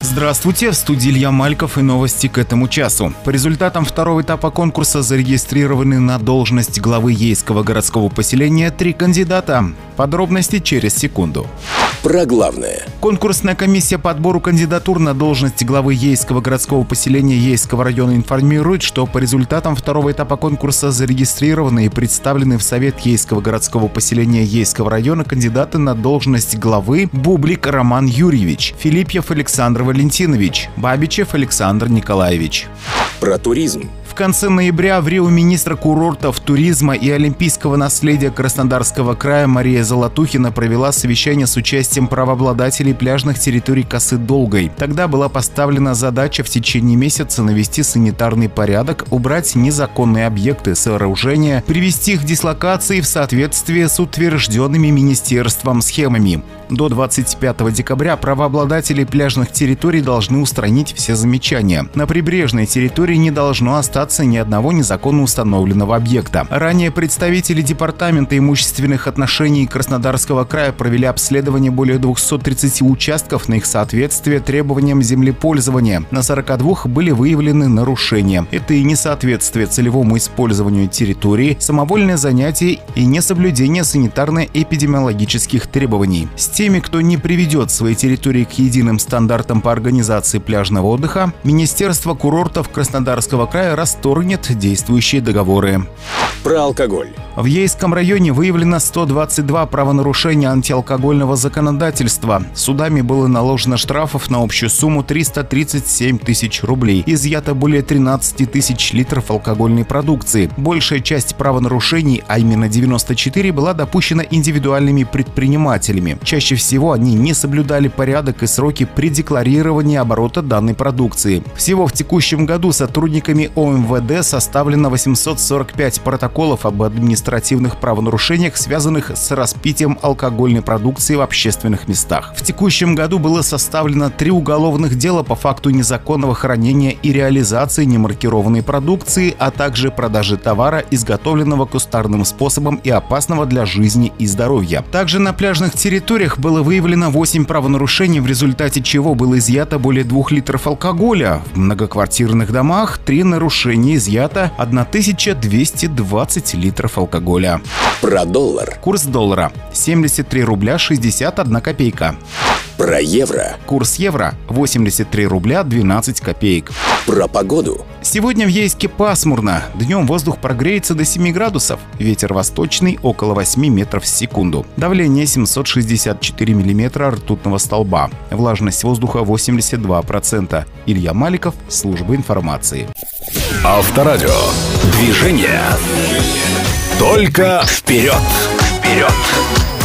Здравствуйте, в студии Илья Мальков и новости к этому часу. По результатам второго этапа конкурса зарегистрированы на должность главы Ейского городского поселения 3 кандидата. Подробности через секунду. Про главное. Конкурсная комиссия по отбору кандидатур на должность главы Ейского городского поселения Ейского района информирует, что по результатам второго этапа конкурса зарегистрированы и представлены в Совет Ейского городского поселения Ейского района кандидаты на должность главы: Бублик Роман Юрьевич, Филипьев Александр Валентинович, Бабичев Александр Николаевич. Про туризм. В конце ноября в Рио министра курортов, туризма и олимпийского наследия Краснодарского края Мария Золотухина провела совещание с участием правообладателей пляжных территорий Косы Долгой. Тогда была поставлена задача в течение месяца навести санитарный порядок, убрать незаконные объекты, сооружения, привести их дислокации в соответствие с утвержденными министерством схемами. До 25 декабря правообладатели пляжных территорий должны устранить все замечания. На прибрежной территории не должно остаться ни одного незаконно установленного объекта. Ранее представители Департамента имущественных отношений Краснодарского края провели обследование более 230 участков на их соответствие требованиям землепользования. На 42 были выявлены нарушения. Это и несоответствие целевому использованию территории, самовольное занятие и несоблюдение санитарно-эпидемиологических требований. С теми, кто не приведет свои территории к единым стандартам по организации пляжного отдыха, Министерство курортов Краснодарского края расторгнет действующие договоры. Про алкоголь. В Ейском районе выявлено 122 правонарушения антиалкогольного законодательства. Судами было наложено штрафов на общую сумму 337 тысяч рублей. Изъято более 13 тысяч литров алкогольной продукции. Большая часть правонарушений, а именно 94, была допущена индивидуальными предпринимателями. Чаще всего они не соблюдали порядок и сроки при декларировании оборота данной продукции. Всего в текущем году сотрудниками ОМВД составлено 845 протоколов об административных правонарушениях, связанных с распитием алкогольной продукции в общественных местах. В текущем году было составлено 3 уголовных дела по факту незаконного хранения и реализации немаркированной продукции, а также продажи товара, изготовленного кустарным способом и опасного для жизни и здоровья. Также на пляжных территориях было выявлено 8 правонарушений, в результате чего было изъято более 2 литров алкоголя. В многоквартирных домах 3 нарушения, изъято 1220 литров алкоголя. Про доллар. Курс доллара 73 рубля 61 копейка. Про евро. Курс евро 83 рубля 12 копеек. Про погоду. Сегодня в Ейске пасмурно. Днем воздух прогреется до 7 градусов. Ветер восточный около 8 метров в секунду. Давление 764 миллиметра ртутного столба. Влажность воздуха 82%. Илья Маликов, служба информации. Авторадио. Движение. Только вперед. Вперед.